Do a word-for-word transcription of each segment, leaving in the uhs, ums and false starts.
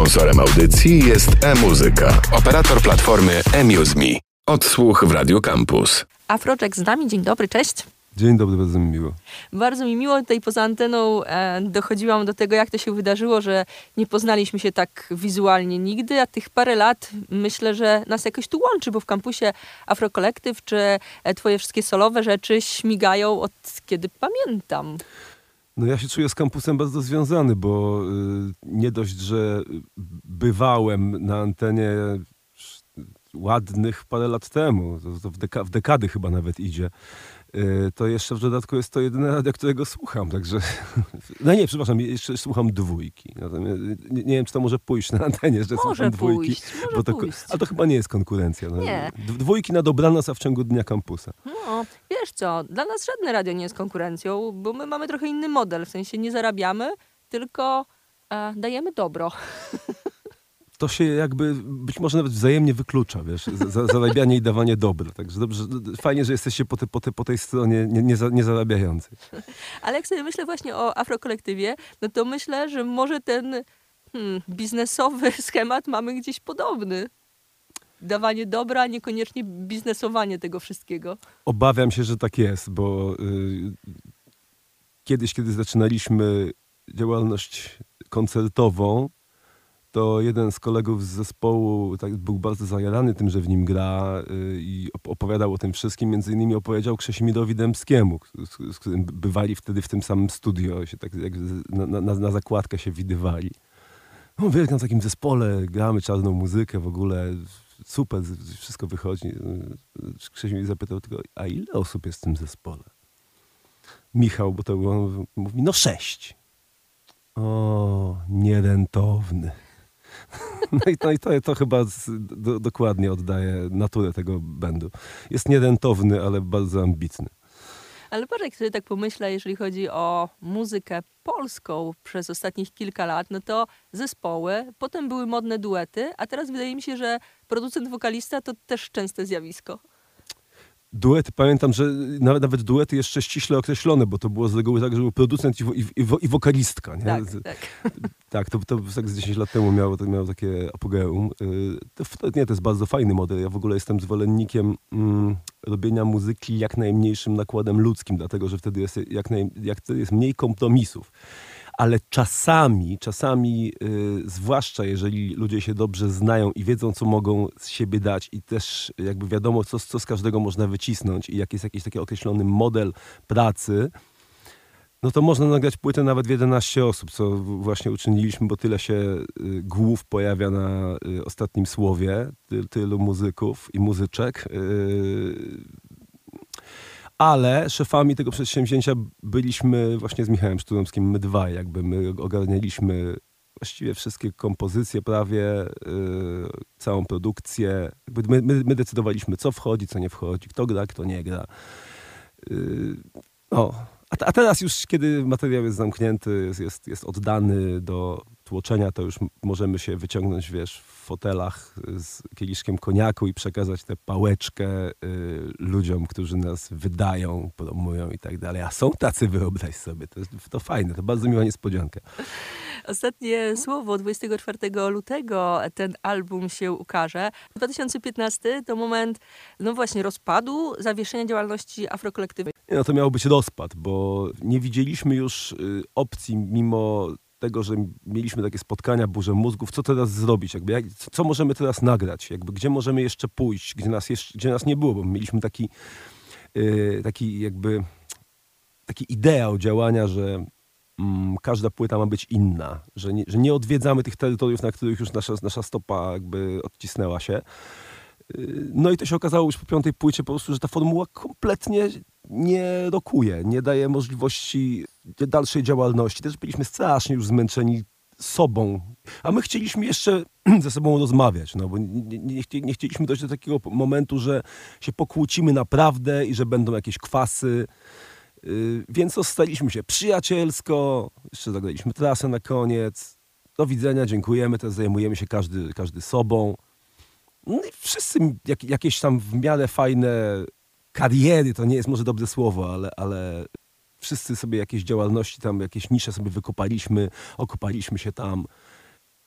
Sponsorem audycji jest e-muzyka, operator platformy eMuseMe. Odsłuch w Radio Campus. Afrojack z nami, dzień dobry, cześć. Dzień dobry, bardzo mi miło. Bardzo mi miło, tutaj poza anteną e, dochodziłam do tego, jak to się wydarzyło, że nie poznaliśmy się tak wizualnie nigdy, a tych parę lat myślę, że nas jakoś tu łączy, bo w kampusie Afrokolektyw czy e, twoje wszystkie solowe rzeczy śmigają od kiedy pamiętam. No ja się czuję z kampusem bardzo związany, bo y, nie dość, że bywałem na antenie ładnych parę lat temu, to, to w, deka- w dekady chyba nawet idzie, y, to jeszcze w dodatku jest to jedyne radio, którego słucham, także... No nie, przepraszam, jeszcze słucham dwójki. Natomiast nie, nie wiem, czy to może pójść na antenie, że może słucham dwójki. Pójść, może bo to, pójść. ale to chyba nie jest konkurencja. No. Nie. Dwójki na dobranoc, a w ciągu dnia kampusa. No, wiesz co, dla nas żadne radio nie jest konkurencją, bo my mamy trochę inny model, w sensie nie zarabiamy, tylko e, dajemy dobro. To się jakby być może nawet wzajemnie wyklucza, wiesz, za, zarabianie i dawanie dobra. Także dobrze, fajnie, że jesteście po, te, po, te, po tej stronie nie, nie, za, nie zarabiającej. Ale jak sobie myślę właśnie o Afrokolektywie, no to myślę, że może ten hmm, biznesowy schemat mamy gdzieś podobny. Dawanie dobra, niekoniecznie biznesowanie tego wszystkiego. Obawiam się, że tak jest, bo y, kiedyś, kiedy zaczynaliśmy działalność koncertową, to jeden z kolegów z zespołu tak, był bardzo zajarany tym, że w nim gra y, i opowiadał o tym wszystkim. Między innymi opowiedział Krzesimirowi Dębskiemu, z, z którym bywali wtedy w tym samym studio, się tak jak na, na, na zakładkę się widywali. No, w wielkim takim zespole gramy czarną muzykę, w ogóle super, wszystko wychodzi. Krzesimir zapytał tylko, a ile osób jest w tym zespole? Michał, bo to było, mówi, no sześć. O, nierentowny. No i, to, i to, to chyba z, do, dokładnie oddaje naturę tego bandu. Jest nierentowny, ale bardzo ambitny. Ale patrz, jak sobie tak pomyślę, jeżeli chodzi o muzykę polską przez ostatnich kilka lat, no to zespoły, potem były modne duety, a teraz wydaje mi się, że producent, wokalista to też częste zjawisko. Duety, pamiętam, że nawet, nawet duety jeszcze ściśle określone, bo to było z reguły tak, że był producent i, wo, i, i, wo, i wokalistka. Nie? Tak, tak. Tak, to, to tak z dziesięć lat temu miało, to miało takie apogeum. To, to, nie, to jest bardzo fajny model. Ja w ogóle jestem zwolennikiem mm, robienia muzyki jak najmniejszym nakładem ludzkim, dlatego, że wtedy jest, jak naj, jak wtedy jest mniej kompromisów. Ale czasami, czasami y, zwłaszcza jeżeli ludzie się dobrze znają i wiedzą, co mogą z siebie dać i też jakby wiadomo, co, co z każdego można wycisnąć i jak jest jakiś taki określony model pracy, no to można nagrać płytę nawet w jedenaście osób, co właśnie uczyniliśmy, bo tyle się y, głów pojawia na y, ostatnim słowie, ty, tylu muzyków i muzyczek. Y, Ale szefami tego przedsięwzięcia byliśmy właśnie z Michałem Szturomskim, my dwaj, jakby my ogarnialiśmy właściwie wszystkie kompozycje prawie, yy, całą produkcję. Jakby my, my, my decydowaliśmy, co wchodzi, co nie wchodzi, kto gra, kto nie gra. Yy, no. a, a teraz już, kiedy materiał jest zamknięty, jest, jest, jest oddany do tłoczenia, to już możemy się wyciągnąć, wiesz, w fotelach z kieliszkiem koniaku i przekazać tę pałeczkę y, ludziom, którzy nas wydają, promują i tak dalej. A są tacy, wyobraź sobie. To, to fajne, to bardzo miła niespodzianka. Ostatnie słowo, dwudziestego czwartego lutego ten album się ukaże. dwa tysiące piętnasty to moment, no właśnie, rozpadu, zawieszenia działalności Afrokolektywy. No to miał być rozpad, bo nie widzieliśmy już y, opcji, mimo tego, że mieliśmy takie spotkania, burzę mózgów, co teraz zrobić, jakby, jak, co możemy teraz nagrać, jakby, gdzie możemy jeszcze pójść, gdzie nas, jeszcze, gdzie nas nie było, bo mieliśmy taki, yy, taki jakby taki ideał działania, że mm, każda płyta ma być inna, że nie, że nie odwiedzamy tych terytoriów, na których już nasza, nasza stopa jakby odcisnęła się. No i to się okazało już po piątej płycie po prostu, że ta formuła kompletnie nie rokuje, nie daje możliwości dalszej działalności. Też byliśmy strasznie już zmęczeni sobą, a my chcieliśmy jeszcze ze sobą rozmawiać, no bo nie, nie, nie chcieliśmy dojść do takiego momentu, że się pokłócimy naprawdę i że będą jakieś kwasy, yy, więc rozstaliśmy się przyjacielsko, jeszcze zagraliśmy trasę na koniec. Do widzenia, dziękujemy, teraz zajmujemy się każdy, każdy sobą. No i wszyscy jak, jakieś tam w miarę fajne kariery, to nie jest może dobre słowo, ale, ale wszyscy sobie jakieś działalności tam, jakieś nisze sobie wykopaliśmy, okopaliśmy się tam.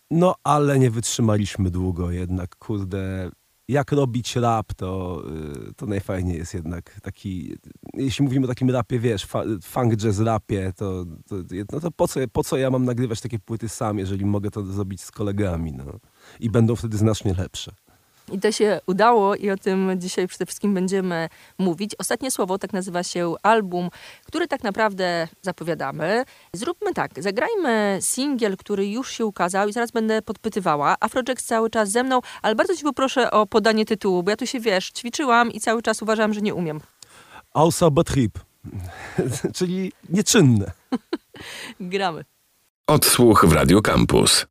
No, ale nie wytrzymaliśmy długo jednak, kurde. Jak robić rap, to, to najfajniej jest jednak taki, jeśli mówimy o takim rapie, wiesz, fa, funk jazz rapie, to, to, no to po, co, po co ja mam nagrywać takie płyty sam, jeżeli mogę to zrobić z kolegami, no. I będą wtedy znacznie lepsze. I to się udało i o tym dzisiaj przede wszystkim będziemy mówić. Ostatnie słowo, tak nazywa się album, który tak naprawdę zapowiadamy. Zróbmy tak, zagrajmy singiel, który już się ukazał i zaraz będę podpytywała. Afrojack cały czas ze mną, ale bardzo cię poproszę o podanie tytułu, bo ja tu się, wiesz, ćwiczyłam i cały czas uważam, że nie umiem. Außer Betrieb, czyli nieczynne. Gramy. Odsłuch w Radio Campus.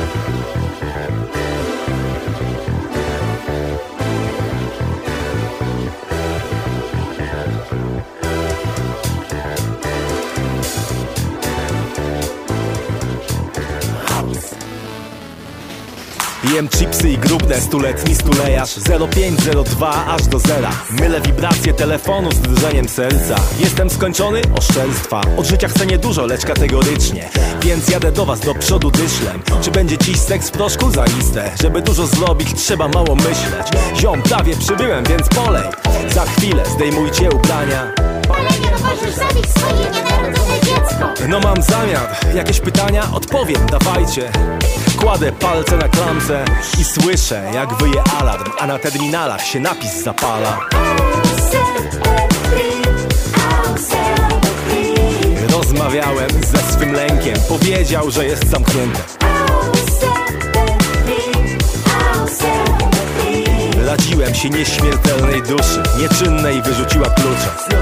Jem chipsy i grubne, stuletni stulejarz zero pięć zero dwa aż do zera. Mylę wibracje telefonu z drżeniem serca. Jestem skończony? Oszczerstwa. Od życia chcę niedużo, lecz kategorycznie. Więc jadę do was do przodu dyszlem. Czy będzie dziś seks w proszku? Zaiste. Żeby dużo zrobić, trzeba mało myśleć. Ziom, prawie przybyłem, więc polej. Za chwilę zdejmujcie ubrania. Ale nie możesz zabić swoje nienarodzone dziecko. No mam zamiar. Jakieś pytania? Odpowiem, dawajcie. Kładę palce na klamce i słyszę, jak wyje alarm, a na terminalach się napis zapala. Rozmawiałem ze swym lękiem, powiedział, że jest zamknięte. Radziłem się nieśmiertelnej duszy, nieczynnej wyrzuciła klucze.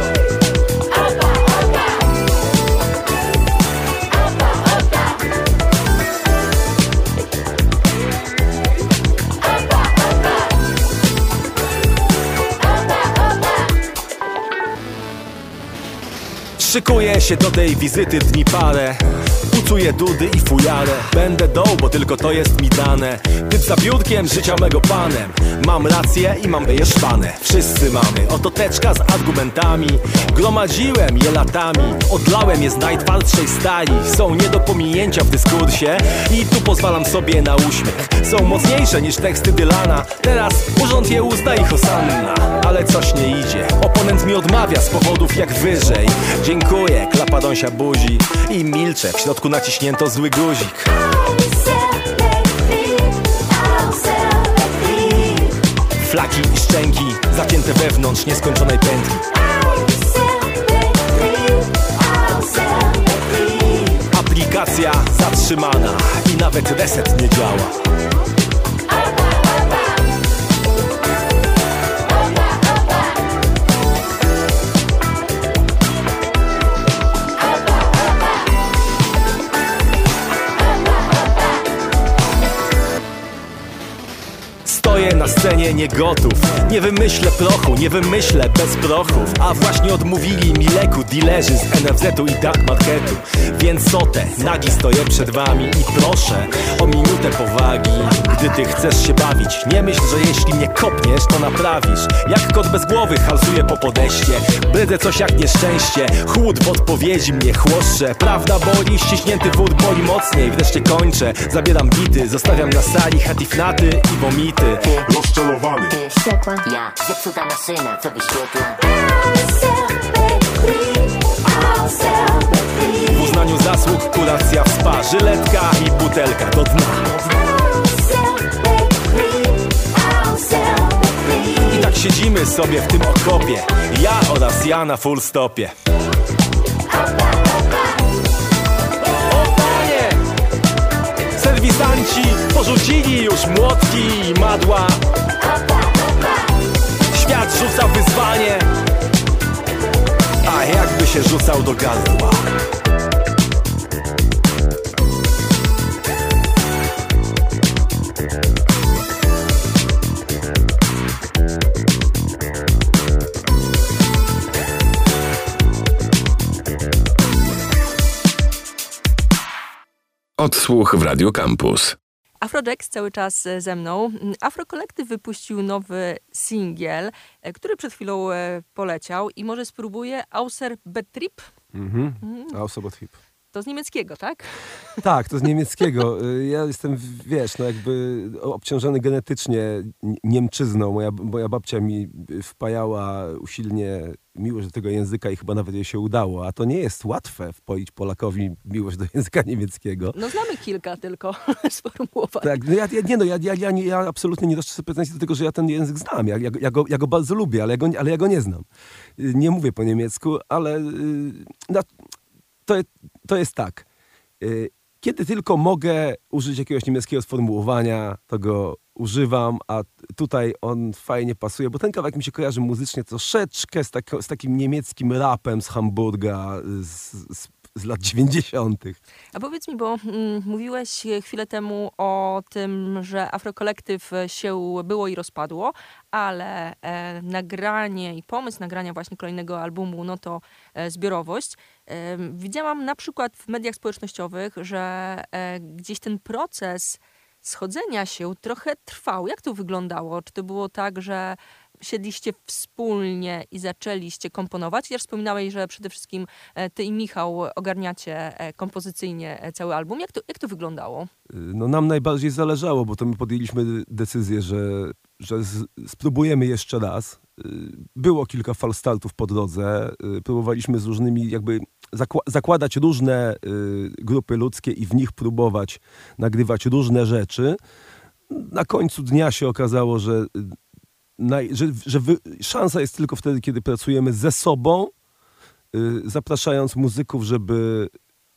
Szykuję się do tej wizyty dni parę. Pucuję dudy i fujarę. Będę doł, bo tylko to jest mi dane. Typ za biurkiem, życia mego panem. Mam rację i mam wyjeszczane. Wszyscy mamy oto teczka z argumentami. Gromadziłem je latami. Odlałem je z najtwardszej stali. Są nie do pominięcia w dyskursie i tu pozwalam sobie na uśmiech. Są mocniejsze niż teksty Dylana. Teraz urząd je uzna i hosanna. Ale coś nie idzie. Oponent mi odmawia z powodów jak wyżej. Dziękuję, klapa dąsia buzi. I milczę, w środku naciśnięto zły guzik. Flaki i szczęki zacięte wewnątrz nieskończonej pętli. Aplikacja zatrzymana i nawet reset nie działa. Stoję na scenie nie gotów. Nie wymyślę prochu, nie wymyślę bez prochów. A właśnie odmówili mi leku dilerzy z N F Z-u i dark marketu. Więc sotę, nagi stoję przed wami i proszę o minutę powagi. Gdy ty chcesz się bawić, nie myśl, że jeśli mnie kopniesz, to naprawisz. Jak kot bez głowy halsuje po podejście. Brydzę coś jak nieszczęście. Chłód w odpowiedzi mnie chłoszcze. Prawda boli, ściśnięty wód boli mocniej. Wreszcie kończę, zabieram bity. Zostawiam na sali hatifnaty i vomity. Rozczarowany. Ty wściekła, Ja, zepsuta maszyna, co wyświetla. W uznaniu zasług kuracja w spa. Żyletka i butelka do dna. I tak siedzimy sobie w tym okopie. Ja oraz ja na full stopie. O panie! Serwisanci porzucili już młotki i madła. Świat rzuca wyzwanie, a jakby się rzucał do gardła. Odsłuch w Radio Campus. Afrojack cały czas ze mną. Afro Collective wypuścił nowy singiel, który przed chwilą poleciał i może spróbuję Außer Betrieb. Mhm. Außer Betrieb. To z niemieckiego, tak? Tak, to z niemieckiego. Y, Ja jestem, wiesz, no jakby obciążony genetycznie N- Niemczyzną. Moja, moja babcia mi wpajała usilnie miłość do tego języka i chyba nawet jej się udało. A to nie jest łatwe wpoić Polakowi miłość do języka niemieckiego. No znamy kilka tylko sformułowań. Tak, no ja, ja, nie, no ja, ja, ja, nie, ja absolutnie nie doszczę sobie pretensji do tego, że ja ten język znam. Ja, ja, ja, go, ja go bardzo lubię, ale ja go, ale ja go nie znam. Y, Nie mówię po niemiecku, ale y, no, to, to jest tak. Y, Kiedy tylko mogę użyć jakiegoś niemieckiego sformułowania, to go używam, a tutaj on fajnie pasuje, bo ten kawałek mi się kojarzy muzycznie troszeczkę z, tak, z takim niemieckim rapem z Hamburga z, z, z lat dziewięćdziesiątych. A powiedz mi, bo mm, mówiłeś chwilę temu o tym, że Afrokolektyw się było i rozpadło, ale e, nagranie i pomysł nagrania właśnie kolejnego albumu, no to e, zbiorowość. E, widziałam na przykład w mediach społecznościowych, że e, gdzieś ten proces schodzenia się trochę trwał. Jak to wyglądało? Czy to było tak, że siedliście wspólnie i zaczęliście komponować? Też wspominałeś, że przede wszystkim e, ty i Michał ogarniacie e, kompozycyjnie e, cały album. Jak to, jak to wyglądało? Y, No nam najbardziej zależało, bo to my podjęliśmy decyzję, że, że z, spróbujemy jeszcze raz. Y, Było kilka falstartów po drodze. Y, Próbowaliśmy z różnymi, jakby zakła- zakładać różne y, grupy ludzkie i w nich próbować nagrywać różne rzeczy. Na końcu dnia się okazało, że, y, naj, że, że wy, szansa jest tylko wtedy, kiedy pracujemy ze sobą, y, zapraszając muzyków, żeby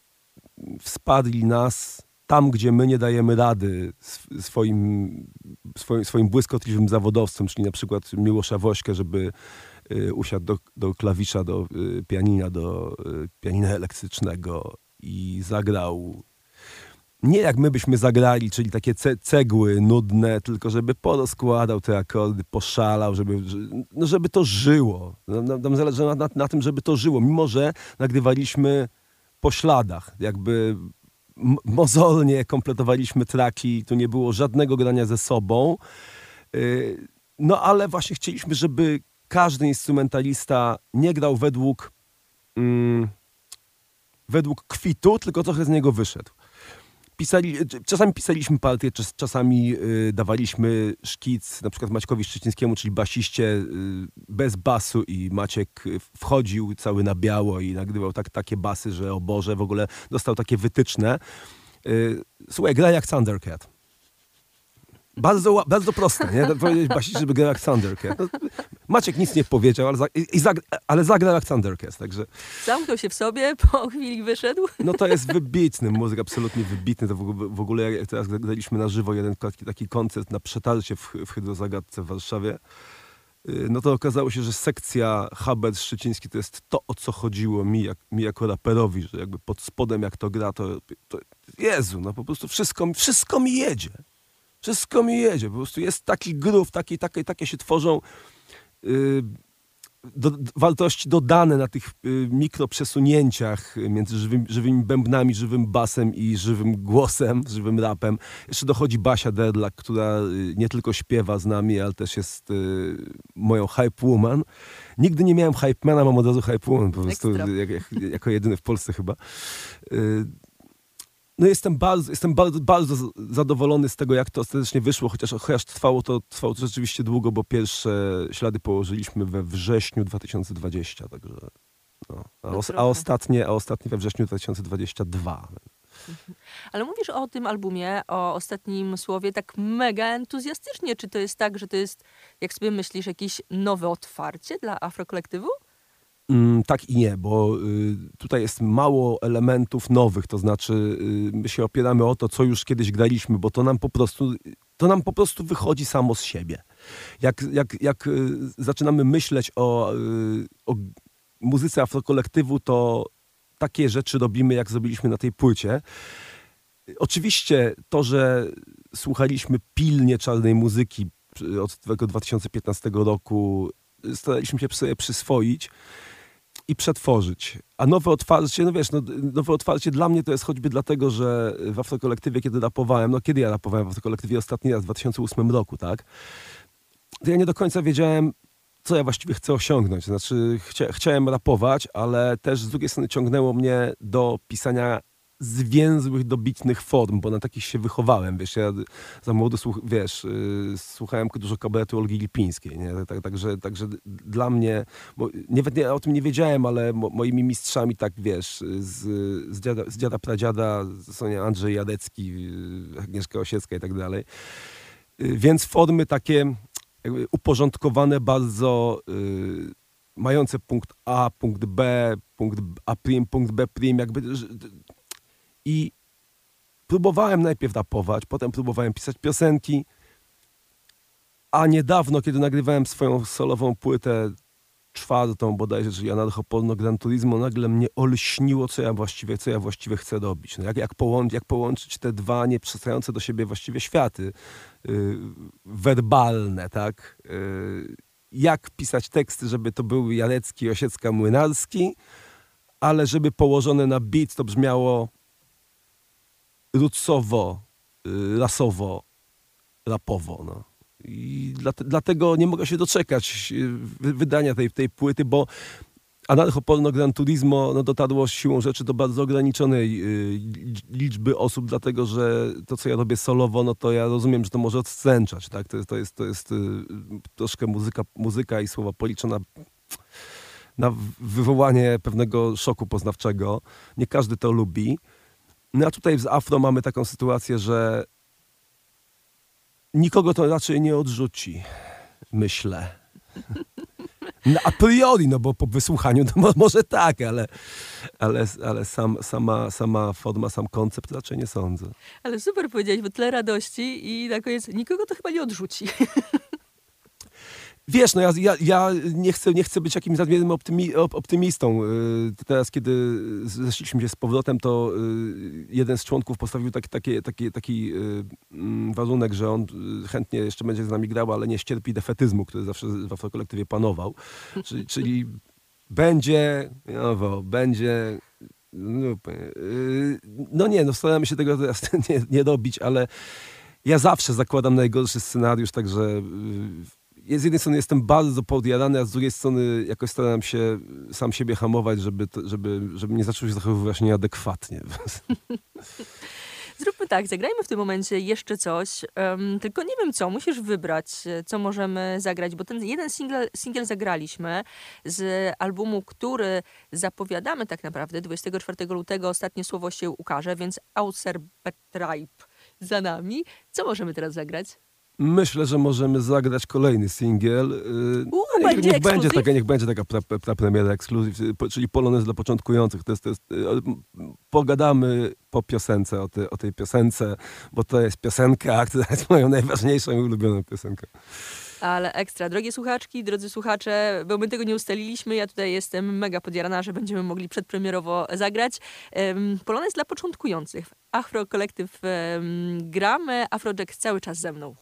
wsparli nas tam, gdzie my nie dajemy rady sw- swoim, swoim, swoim błyskotliwym zawodowcom, czyli na przykład Miłosza Wośkę, żeby y, usiadł do, do klawisza, do y, pianina, do y, pianina elektrycznego i zagrał nie jak my byśmy zagrali, czyli takie ce- cegły nudne, tylko żeby porozkładał te akordy, poszalał, żeby, że- no żeby to żyło. Nam, nam zależy na, na, na tym, żeby to żyło, mimo że nagrywaliśmy po śladach, jakby m- mozolnie kompletowaliśmy traki, tu nie było żadnego grania ze sobą. Yy, No ale właśnie chcieliśmy, żeby każdy instrumentalista nie grał według, mm, według kwitu, tylko trochę z niego wyszedł. Pisali, czasami pisaliśmy partie, czas, czasami y, dawaliśmy szkic na przykład Maćkowi Szczecińskiemu, czyli basiście y, bez basu i Maciek y, wchodził cały na biało i nagrywał tak, takie basy, że o Boże, w ogóle dostał takie wytyczne. Y, słuchaj, gra jak Thundercat. Bardzo, ła- bardzo proste, nie? Powiedzieć basiście, żeby grał jak Thundercat. No, Maciek nic nie powiedział, ale, za, i, i zagra, ale zagrał jak Thundercat, także... Zamknął się w sobie, po chwili wyszedł. No to jest wybitny muzyk, absolutnie wybitny. To w ogóle, w ogóle jak teraz graliśmy na żywo jeden taki, taki koncert na przetarcie w, w Hydrozagadce w Warszawie, yy, no to okazało się, że sekcja Habert Szczeciński to jest to, o co chodziło mi, jak, mi jako raperowi, że jakby pod spodem jak to gra, to, to Jezu, no po prostu wszystko, wszystko mi jedzie. Wszystko mi jedzie. Po prostu jest taki groove, taki, takie, takie się tworzą yy, do, d- wartości dodane na tych y, mikroprzesunięciach między żywymi, żywymi bębnami, żywym basem i żywym głosem, żywym rapem. Jeszcze dochodzi Basia Derlak, która y, nie tylko śpiewa z nami, ale też jest y, moją hype woman. Nigdy nie miałem hypemana, mam od razu hype woman, po prostu Ekstra. jak, jak, jako jedyny w Polsce chyba. Y, No jestem bardzo, jestem bardzo, bardzo z- zadowolony z tego, jak to ostatecznie wyszło, chociaż, chociaż trwało, to, trwało to rzeczywiście długo, bo pierwsze ślady położyliśmy we wrześniu dwa tysiące dwudziestym, także no. A, No os, a, trochę. ostatnie, a ostatnie we wrzesiniu dwa tysiące dwudziestym drugi. Ale mówisz o tym albumie, o ostatnim słowie tak mega entuzjastycznie. Czy to jest tak, że to jest, jak sobie myślisz, jakieś nowe otwarcie dla Afrokolektywu? Mm, tak i nie, bo y, tutaj jest mało elementów nowych, to znaczy y, my się opieramy o to, co już kiedyś graliśmy, bo to nam po prostu, to nam po prostu wychodzi samo z siebie. Jak, jak, jak y, zaczynamy myśleć o, y, o muzyce Afrokolektywu, to takie rzeczy robimy, jak zrobiliśmy na tej płycie. Oczywiście to, że słuchaliśmy pilnie czarnej muzyki przy- od tego dwa tysiące piętnastego roku, staraliśmy się sobie przyswoić i przetworzyć. A nowe otwarcie, no wiesz, no, nowe otwarcie dla mnie to jest choćby dlatego, że w Afrokolektywie, kiedy rapowałem, no kiedy ja rapowałem w Afrokolektywie ostatni raz w dwa tysiące ósmym roku, tak? To ja nie do końca wiedziałem, co ja właściwie chcę osiągnąć. Znaczy, chcia, chciałem rapować, ale też z drugiej strony ciągnęło mnie do pisania zwięzłych, dobitnych form, bo na takich się wychowałem, wiesz, ja za młody, słuch, wiesz, yy, słuchałem dużo kabaretu Olgi Lipińskiej, nie, tak, także, także dla mnie, bo nie, nie, o tym nie wiedziałem, ale mo, moimi mistrzami, tak, wiesz, z, z, dziada, z dziada pradziada są nie, Andrzej Jadecki, yy, Agnieszka Osiecka i tak dalej, yy, więc formy takie jakby uporządkowane bardzo, yy, mające punkt A, punkt B, punkt A prim, punkt B prim, jakby... I próbowałem najpierw rapować, potem próbowałem pisać piosenki, a niedawno, kiedy nagrywałem swoją solową płytę, czwartą bodajże, czyli Anarcho-Porno Gran Turismo, nagle mnie olśniło, co ja właściwie, co ja właściwie chcę robić. No jak, jak, połączyć, jak połączyć te dwa nieprzystające do siebie właściwie światy yy, werbalne, tak? Yy, jak pisać teksty, żeby to były Jarecki, Osiecka, Młynarski, ale żeby położone na beat to brzmiało roocowo, rasowo, rapowo. No. I dla, dlatego nie mogę się doczekać wydania tej, tej płyty, bo Anarcho-Porno Gran Turismo no, dotarło siłą rzeczy do bardzo ograniczonej y, liczby osób, dlatego że to, co ja robię solowo, no to ja rozumiem, że to może odstręczać. Tak? To jest, to jest, to jest y, troszkę muzyka, muzyka i słowa policzona na wywołanie pewnego szoku poznawczego. Nie każdy to lubi. No a tutaj z afro mamy taką sytuację, że nikogo to raczej nie odrzuci, myślę. No, a priori, no bo po wysłuchaniu to mo- może tak, ale, ale, ale sam, sama, sama forma, sam koncept raczej nie sądzę. Ale super powiedziałeś, bo tyle radości i na koniec nikogo to chyba nie odrzuci. Wiesz, no ja, ja, ja nie, chcę, nie chcę być jakimś nadmiernym optymi, optymistą. Teraz, kiedy zeszliśmy się z powrotem, to jeden z członków postawił taki, taki, taki, taki warunek, że on chętnie jeszcze będzie z nami grał, ale nie ścierpi defetyzmu, który zawsze w Afrokolektywie panował. Czyli, czyli będzie, no, będzie... No nie, no staramy się tego teraz nie, nie robić, ale ja zawsze zakładam najgorszy scenariusz, także... Z jednej strony jestem bardzo podjarany, a z drugiej strony jakoś staram się sam siebie hamować, żeby, to, żeby, żeby nie zaczął się zachowywać nieadekwatnie. Zróbmy tak, zagrajmy w tym momencie jeszcze coś, um, tylko nie wiem co, musisz wybrać, co możemy zagrać, bo ten jeden singiel, singiel zagraliśmy z albumu, który zapowiadamy tak naprawdę dwudziestego czwartego lutego, ostatnie słowo się ukaże, więc Outer Tribe za nami. Co możemy teraz zagrać? Myślę, że możemy zagrać kolejny singiel. Uuu, niech, będzie niech, będzie taka, ekskluzyw? niech będzie taka pra, pra, premiera ekskluzyw, czyli polonez dla początkujących. To jest, to jest, pogadamy po piosence o, ty, o tej piosence, bo to jest piosenka, która jest moją najważniejszą i ulubioną piosenką. Ale ekstra. Drogie słuchaczki, drodzy słuchacze, bo my tego nie ustaliliśmy, ja tutaj jestem mega podjarana, że będziemy mogli przedpremierowo zagrać. Um, polonez dla początkujących. Afrokolektyw um, gramy, Afrojack cały czas ze mną.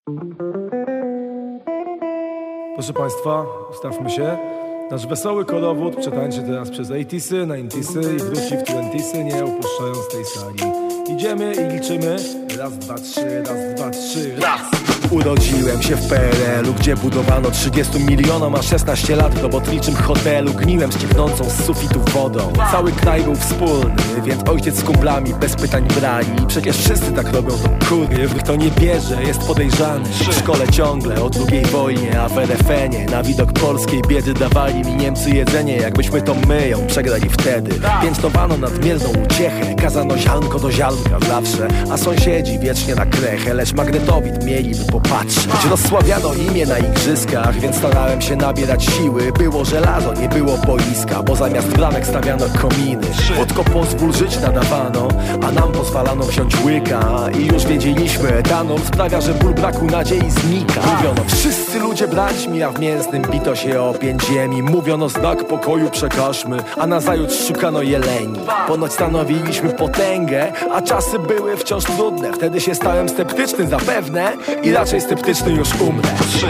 Proszę Państwa, ustawmy się. Nasz wesoły kolowód przetańczy teraz przez osiemdziesiątych, dziewięćdziesiątych i wróci w dwudziestych, nie opuszczając tej sali. Idziemy i liczymy. Raz, dwa, trzy, raz, dwa, trzy, raz! Urodziłem się w P R L-u, gdzie budowano trzydziestu milionom, a szesnaście lat w robotniczym hotelu. Gniłem ścieknącą z sufitów wodą. Cały kraj był wspólny, więc ojciec z kumplami bez pytań brali. Przecież wszyscy tak robią, to kurw, kto nie bierze, jest podejrzany. W szkole ciągle o drugiej wojnie, a w R F N-ie na widok polskiej biedy dawali mi Niemcy jedzenie, jakbyśmy to my ją przegrali wtedy. Piętnowano nadmierną uciechę, kazano ziarnko do ziarnka zawsze, a sąsiedzi wiecznie na krechę, lecz magnetowid mieliby popatrzeć. Rozsławiano imię na igrzyskach, więc starałem się nabierać siły. Było żelazo, nie było boiska, bo zamiast bramek stawiano kominy. Wódko pozwól żyć nadawano, a nam pozwalano wziąć łyka. I już wiedzieliśmy, etanol sprawia, że ból braku nadziei znika. Mówiono, wszyscy ludzie braćmi, a w mięsnym bito się o pięć ziemi. Mówiono, znak pokoju przekażmy, a nazajutrz szukano jeleni. Ponoć stanowiliśmy potęgę, a czasy były wciąż trudne. Wtedy się stałem sceptyczny zapewne i raczej sceptyczny już umrę. Trzy.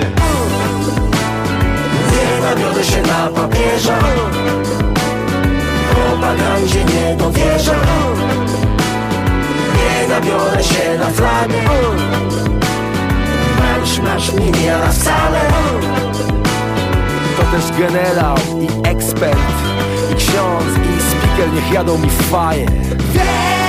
Nie nawiodę się na papieża, propagandzie nie dowierzam. Nie nabiorę się na flagę, marsz, marsz mi nie jara wcale. To też generał i ekspert, i ksiądz, i speaker, niech jadą mi w faję.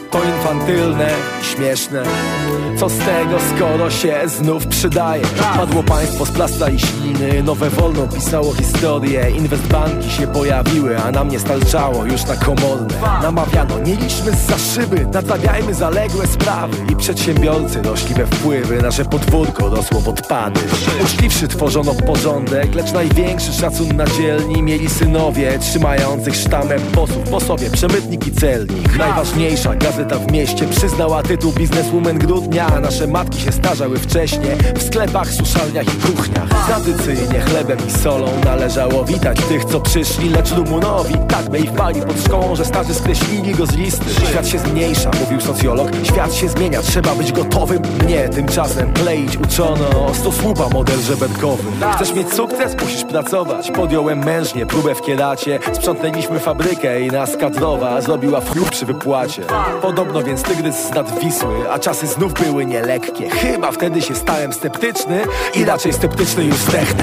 To infantylne i śmieszne. Co z tego, skoro się znów przydaje? Padło państwo z plasta i śliny, nowe wolno pisało historię. Inwestbanki się pojawiły, a nam nie starczało już na komorne. Namawiano, nie liczmy zza szyby, nadstawiajmy zaległe sprawy. I przedsiębiorcy rośli we wpływy, nasze podwórko rosło w odpady. Uczciwszy tworzono porządek, lecz największy szacun na dzielni mieli synowie trzymających sztamę posłów po sobie, przemytnik i celnik. Najważniejsza gazeta w mieście przyznała tytuł Bizneswoman Grudnia. Nasze matki się starzały wcześnie w sklepach, suszalniach i kuchniach. Tradycyjnie chlebem i solą należało witać tych, co przyszli, lecz Rumunowi tak my ich bali pod szkołą, że starzy skreślili go z listy. Świat się zmniejsza, mówił socjolog, świat się zmienia, trzeba być gotowym. Mnie tymczasem kleić uczono sto słupa model żeberkowy. Chcesz mieć sukces? Musisz pracować. Podjąłem mężnie próbę w Kieracie, sprzątnęliśmy fabrykę i nas kadrowa zrobiła flup przy wypłacie. Podobno więc tygrys z nad Wisły, a czasy znów były nielekkie. Chyba wtedy się stałem sceptyczny i raczej sceptyczny już zdechnę.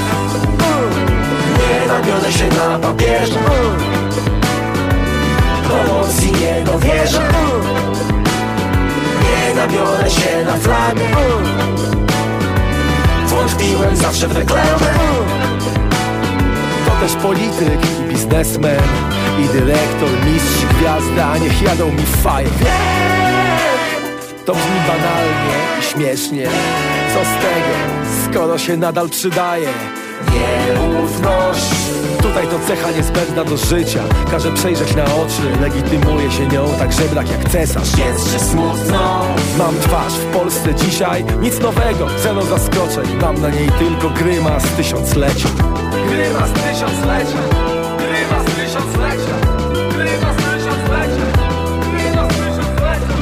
Nie nawiodę się na papierze, promocji nie dowierzę. Nie nabiorę się na flagę, wątpiłem zawsze w reklamę. To też polityk i biznesmen, i dyrektor, mistrz, gwiazda, a niech jadą mi faje. To brzmi banalnie i śmiesznie. Co z tego, skoro się nadal przydaje? Nierówność. Tutaj to cecha niezbędna do życia. Każe przejrzeć na oczy, legitymuje się nią tak żebrak jak cesarz. Jest, że smutno. Mam twarz w Polsce dzisiaj, nic nowego, zero zaskoczeń. Mam na niej tylko grymas tysiąclecia. Grymas tysiąclecia. Grymas tysiąclecia. Grymas tysiąclecia. Grymas tysiąclecia.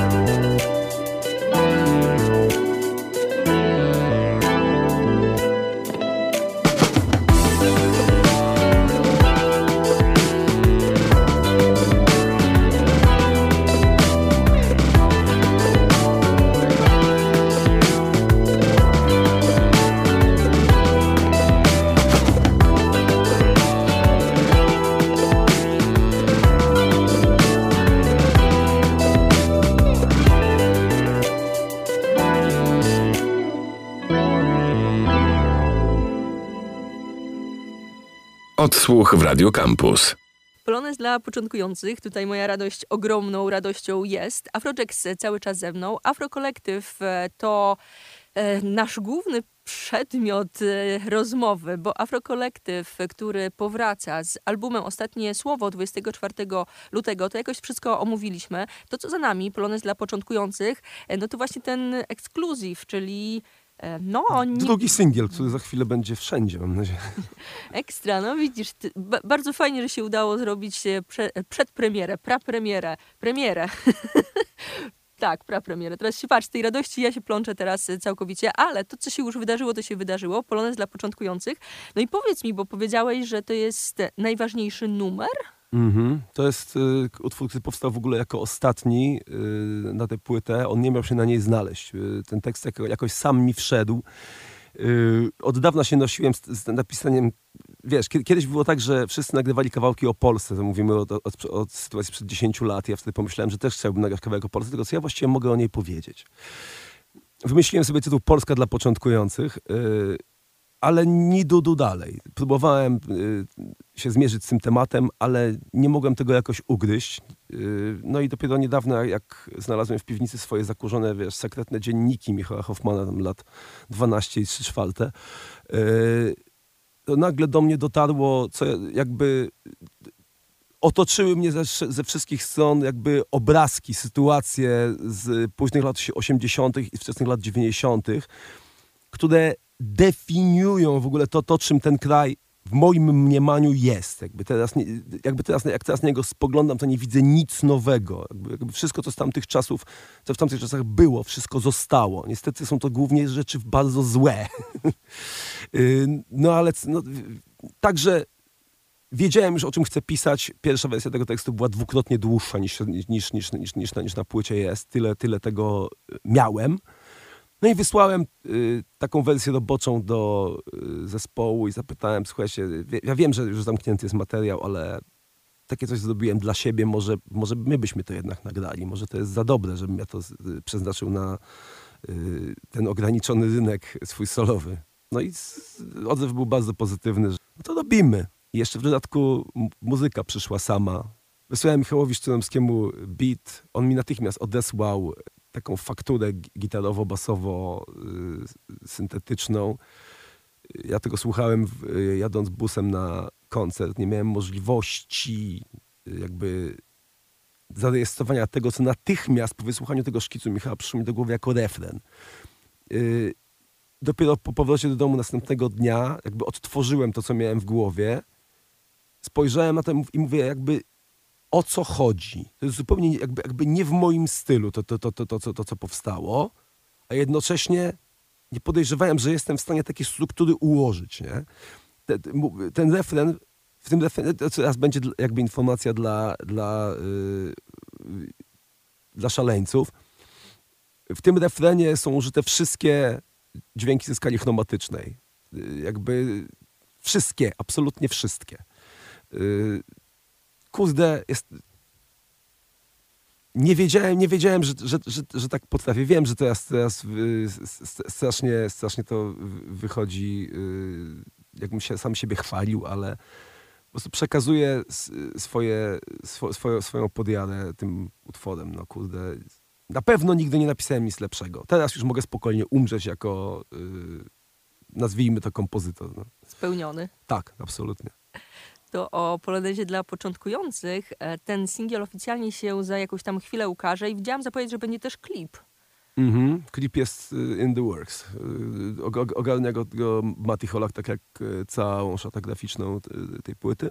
Odsłuch w Radio Campus. Polonez dla początkujących, tutaj moja radość ogromną radością jest. Afrojax cały czas ze mną. Afrokolektyw to e, nasz główny przedmiot e, rozmowy, bo Afrokolektyw, który powraca z albumem Ostatnie Słowo dwudziestego czwartego lutego, to jakoś wszystko omówiliśmy. To, co za nami, Polonez dla początkujących, e, no to właśnie ten ekskluzyw, czyli no, oni... drugi singiel, który za chwilę będzie wszędzie, mam nadzieję. Ekstra, no widzisz, ty, b- bardzo fajnie, że się udało zrobić prze, przedpremierę, prapremierę, premierę. Tak, prapremierę. Teraz się patrz, z tej radości ja się plączę teraz całkowicie, ale to, co się już wydarzyło, to się wydarzyło. Polonez dla początkujących. No i powiedz mi, bo powiedziałeś, że to jest najważniejszy numer? Mm-hmm. To jest y, utwór, który powstał w ogóle jako ostatni y, na tę płytę. On nie miał się na niej znaleźć. Y, ten tekst jako, jakoś sam mi wszedł. Y, od dawna się nosiłem z, z napisaniem. Wiesz, kiedy, kiedyś było tak, że wszyscy nagrywali kawałki o Polsce. To mówimy od, od, od sytuacji sprzed dziesięciu lat. Ja wtedy pomyślałem, że też chciałbym nagrać kawałek o Polsce, tylko co ja właściwie mogę o niej powiedzieć. Wymyśliłem sobie tytuł Polska dla początkujących. Y, ale nie dudu dalej. Próbowałem y, się zmierzyć z tym tematem, ale nie mogłem tego jakoś ugryźć. Y, no i dopiero niedawno, jak znalazłem w piwnicy swoje zakurzone, wiesz, sekretne dzienniki Michała Hoffmana, tam lat dwanaście i trzy czwarte, y, to nagle do mnie dotarło, co jakby otoczyły mnie ze, ze wszystkich stron jakby obrazki, sytuacje z późnych lat osiemdziesiątych i wczesnych lat dziewięćdziesiątych, które definiują w ogóle to, to, czym ten kraj w moim mniemaniu jest. Jakby teraz, nie, jakby teraz, jak teraz na niego spoglądam, to nie widzę nic nowego. Jakby, jakby wszystko, co z tamtych czasów, co w tamtych czasach było, wszystko zostało. Niestety są to głównie rzeczy bardzo złe. No ale no, także wiedziałem już, o czym chcę pisać. Pierwsza wersja tego tekstu była dwukrotnie dłuższa niż, niż, niż, niż, niż, niż, na, niż na płycie jest. Tyle, tyle tego miałem. No i wysłałem y, taką wersję roboczą do y, zespołu i zapytałem, słuchajcie, wie, ja wiem, że już zamknięty jest materiał, ale takie coś zrobiłem dla siebie, może, może my byśmy to jednak nagrali, może to jest za dobre, żebym ja to z, przeznaczył na y, ten ograniczony rynek swój solowy. No i z, odzew był bardzo pozytywny, że no to robimy. I jeszcze w dodatku m- muzyka przyszła sama. Wysłałem Michałowi Szczuromskiemu beat, on mi natychmiast odesłał taką fakturę gitarowo-basowo-syntetyczną. Ja tego słuchałem w, jadąc busem na koncert. Nie miałem możliwości jakby zarejestrowania tego, co natychmiast po wysłuchaniu tego szkicu Michała przyszło mi do głowy jako refren. Yy, dopiero po powrocie do domu następnego dnia jakby odtworzyłem to, co miałem w głowie. Spojrzałem na to i mówię jakby o co chodzi. To jest zupełnie jakby, jakby nie w moim stylu to, to, to, to, to, to, to, co powstało, a jednocześnie nie podejrzewałem, że jestem w stanie takie struktury ułożyć, nie? Ten, ten refren, w tym refrenie, to teraz będzie jakby informacja dla, dla, yy, dla szaleńców. W tym refrenie są użyte wszystkie dźwięki ze skali chromatycznej. Yy, jakby wszystkie, absolutnie wszystkie. Yy, kurde, jest... Nie wiedziałem, nie wiedziałem, że, że, że, że tak potrafię. Wiem, że teraz, teraz y, strasznie, strasznie to wychodzi, y, jakbym się sam siebie chwalił, ale po prostu przekazuję swoje, swo, swoją, swoją podjarę tym utworem. No kurde, na pewno nigdy nie napisałem nic lepszego. Teraz już mogę spokojnie umrzeć jako, y, nazwijmy to, kompozytor. No. Spełniony. Tak, absolutnie. To o polonezie dla początkujących. Ten singiel oficjalnie się za jakąś tam chwilę ukaże i widziałam zapowiedź, że będzie też klip. Mhm. Klip jest in the works. Ogarnia go, go Mati Holak, tak jak całą szatę graficzną tej płyty.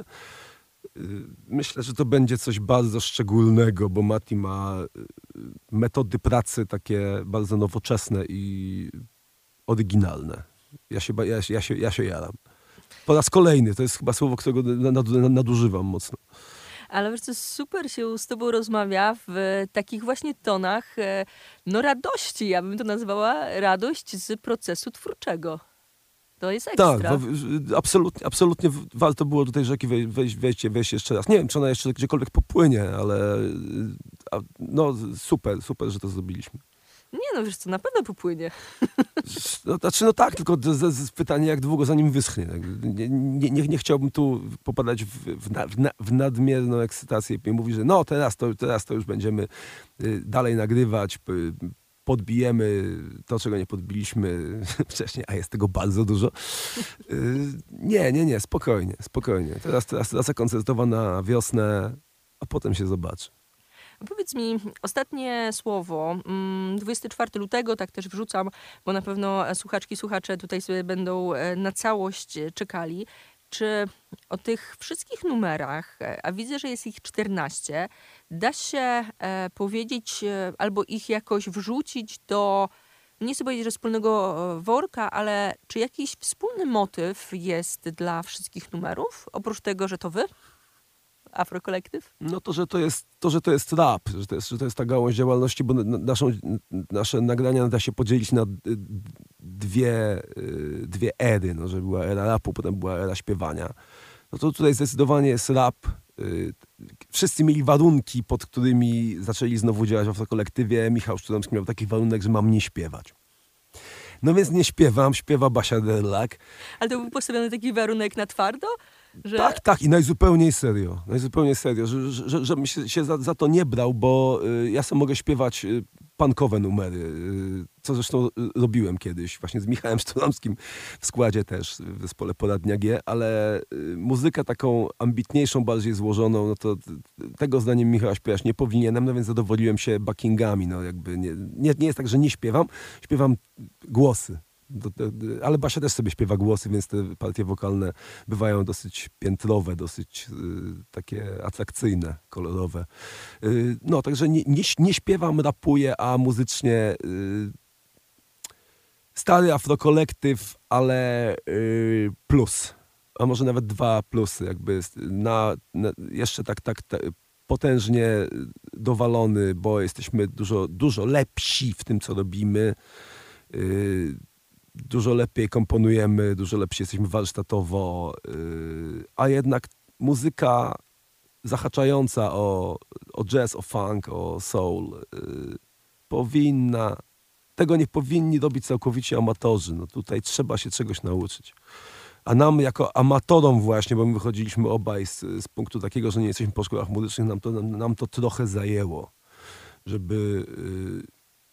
Myślę, że to będzie coś bardzo szczególnego, bo Mati ma metody pracy takie bardzo nowoczesne i oryginalne. Ja się, ja, ja się, ja się jaram. Po raz kolejny, to jest chyba słowo, którego nadużywam mocno. Ale wiesz co, super się z tobą rozmawia w takich właśnie tonach, no radości, ja bym to nazwała radość z procesu twórczego. To jest ekstra. Tak, absolutnie, absolutnie warto było do tej rzeki wejść, wejść, wejść jeszcze raz. Nie wiem, czy ona jeszcze gdziekolwiek popłynie, ale no super, super, że to zrobiliśmy. Nie no, wiesz co, na pewno popłynie. No, znaczy, no tak, tylko z, z pytanie, jak długo zanim wyschnie. Nie, nie, nie, nie chciałbym tu popadać w, w, w, w nadmierną ekscytację i mówić, że no teraz to, teraz to już będziemy dalej nagrywać, podbijemy to, czego nie podbiliśmy wcześniej, a jest tego bardzo dużo. Nie, nie, nie, spokojnie, spokojnie. Teraz, teraz trasa koncertowa na wiosnę, a potem się zobaczy. Powiedz mi, ostatnie słowo, dwudziestego czwartego lutego, tak też wrzucam, bo na pewno słuchaczki, słuchacze tutaj sobie będą na całość czekali. Czy o tych wszystkich numerach, a widzę, że jest ich czternaście, da się powiedzieć albo ich jakoś wrzucić do, nie chcę powiedzieć, że wspólnego worka, ale czy jakiś wspólny motyw jest dla wszystkich numerów, oprócz tego, że to wy? Afrokolektyw? No to, że to jest, to, że to jest rap, że to jest, że to jest ta gałąź działalności, bo naszą, nasze nagrania da się podzielić na dwie, dwie ery, no, że była era rapu, potem była era śpiewania. No to tutaj zdecydowanie jest rap. Wszyscy mieli warunki, pod którymi zaczęli znowu działać w Afrokolektywie. Michał Szczuromski miał taki warunek, że mam nie śpiewać. No więc nie śpiewam, śpiewa Basia Derlak. Ale to był postawiony taki warunek na twardo? Że... Tak, tak i najzupełniej serio, najzupełniej serio, że, że, żebym się, się za, za to nie brał, bo y, ja sam mogę śpiewać y, punkowe numery, y, co zresztą y, robiłem kiedyś, właśnie z Michałem Szczuromskim w składzie też, w zespole Poradnia G, ale y, muzykę taką ambitniejszą, bardziej złożoną, no to y, tego zdaniem Michała śpiewać nie powinienem, no więc zadowoliłem się backingami, no jakby nie, nie, nie jest tak, że nie śpiewam, śpiewam głosy. Do, do, ale Basia też sobie śpiewa głosy, więc te partie wokalne bywają dosyć piętrowe, dosyć y, takie atrakcyjne, kolorowe. Y, no, także nie, nie, nie śpiewam, rapuję, a muzycznie y, stary Afrokolektyw, ale y, plus. A może nawet dwa plusy, jakby na, na, jeszcze tak, tak, tak potężnie dowalony, bo jesteśmy dużo, dużo lepsi w tym, co robimy. Y, Dużo lepiej komponujemy, dużo lepsi jesteśmy warsztatowo, yy, a jednak muzyka zahaczająca o, o jazz, o funk, o soul, y, powinna, tego nie powinni robić całkowicie amatorzy. No tutaj trzeba się czegoś nauczyć. A nam jako amatorom właśnie, bo my wychodziliśmy obaj z, z punktu takiego, że nie jesteśmy po szkołach muzycznych, nam to, nam, nam to trochę zajęło, żeby y,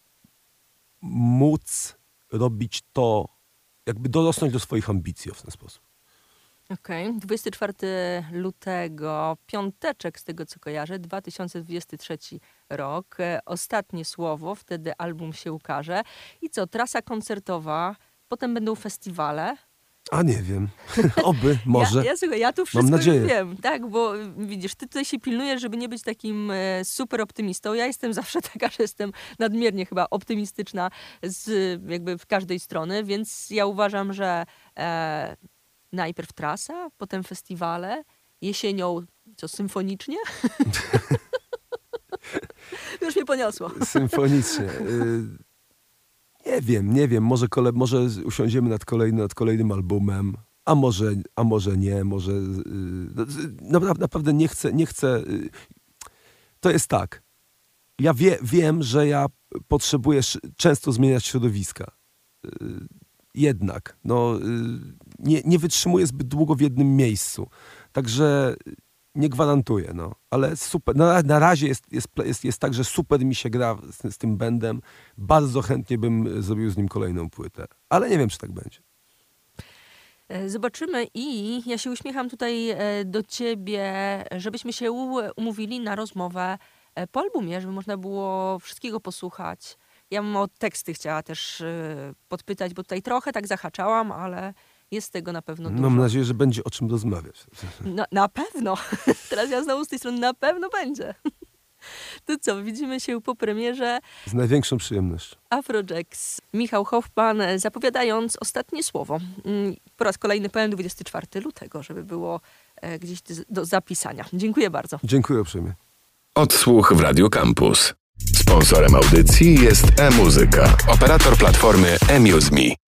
móc robić to, jakby dorosnąć do swoich ambicji w ten sposób. Okej, okay. dwudziestego czwartego lutego, piąteczek z tego co kojarzę, dwa tysiące dwudziesty trzeci rok, ostatnie słowo, wtedy album się ukaże. I co, trasa koncertowa, potem będą festiwale. A nie wiem, oby, może. Ja, ja, słuchaj, ja tu wszystko Mam nadzieję. wiem, tak, bo widzisz, ty tutaj się pilnujesz, żeby nie być takim e, super optymistą. Ja jestem zawsze taka, że jestem nadmiernie chyba optymistyczna z jakby w każdej strony, więc ja uważam, że e, najpierw trasa, potem festiwale, jesienią co, symfonicznie? Już mnie poniosło. Symfonicznie. Y- Nie wiem, nie wiem, może, kole, może usiądziemy nad, kolejny, nad kolejnym albumem, a może, a może nie, może yy, naprawdę, naprawdę nie chcę, nie chcę, yy, to jest tak, ja wie, wiem, że ja potrzebuję sz- często zmieniać środowiska, yy, jednak, no, yy, nie, nie wytrzymuję zbyt długo w jednym miejscu, także nie gwarantuję, no, ale super. Na, na razie jest, jest, jest, jest tak, że super mi się gra z, z tym bandem. Bardzo chętnie bym zrobił z nim kolejną płytę, ale nie wiem, czy tak będzie. Zobaczymy i ja się uśmiecham tutaj do ciebie, żebyśmy się umówili na rozmowę po albumie, żeby można było wszystkiego posłuchać. Ja bym o teksty chciała też podpytać, bo tutaj trochę tak zahaczałam, ale jest tego na pewno dużo. Mam nadzieję, że będzie o czym rozmawiać. No, na pewno. Teraz ja znowu z tej strony na pewno będzie. To co, widzimy się po premierze. Z największą przyjemnością. Afrojax. Michał Hoffman zapowiadając ostatnie słowo. Po raz kolejny powiem dwudziestego czwartego lutego, żeby było gdzieś do zapisania. Dziękuję bardzo. Dziękuję uprzejmie. Odsłuch w Radio Campus. Sponsorem audycji jest e-muzyka, operator platformy eMuseMe.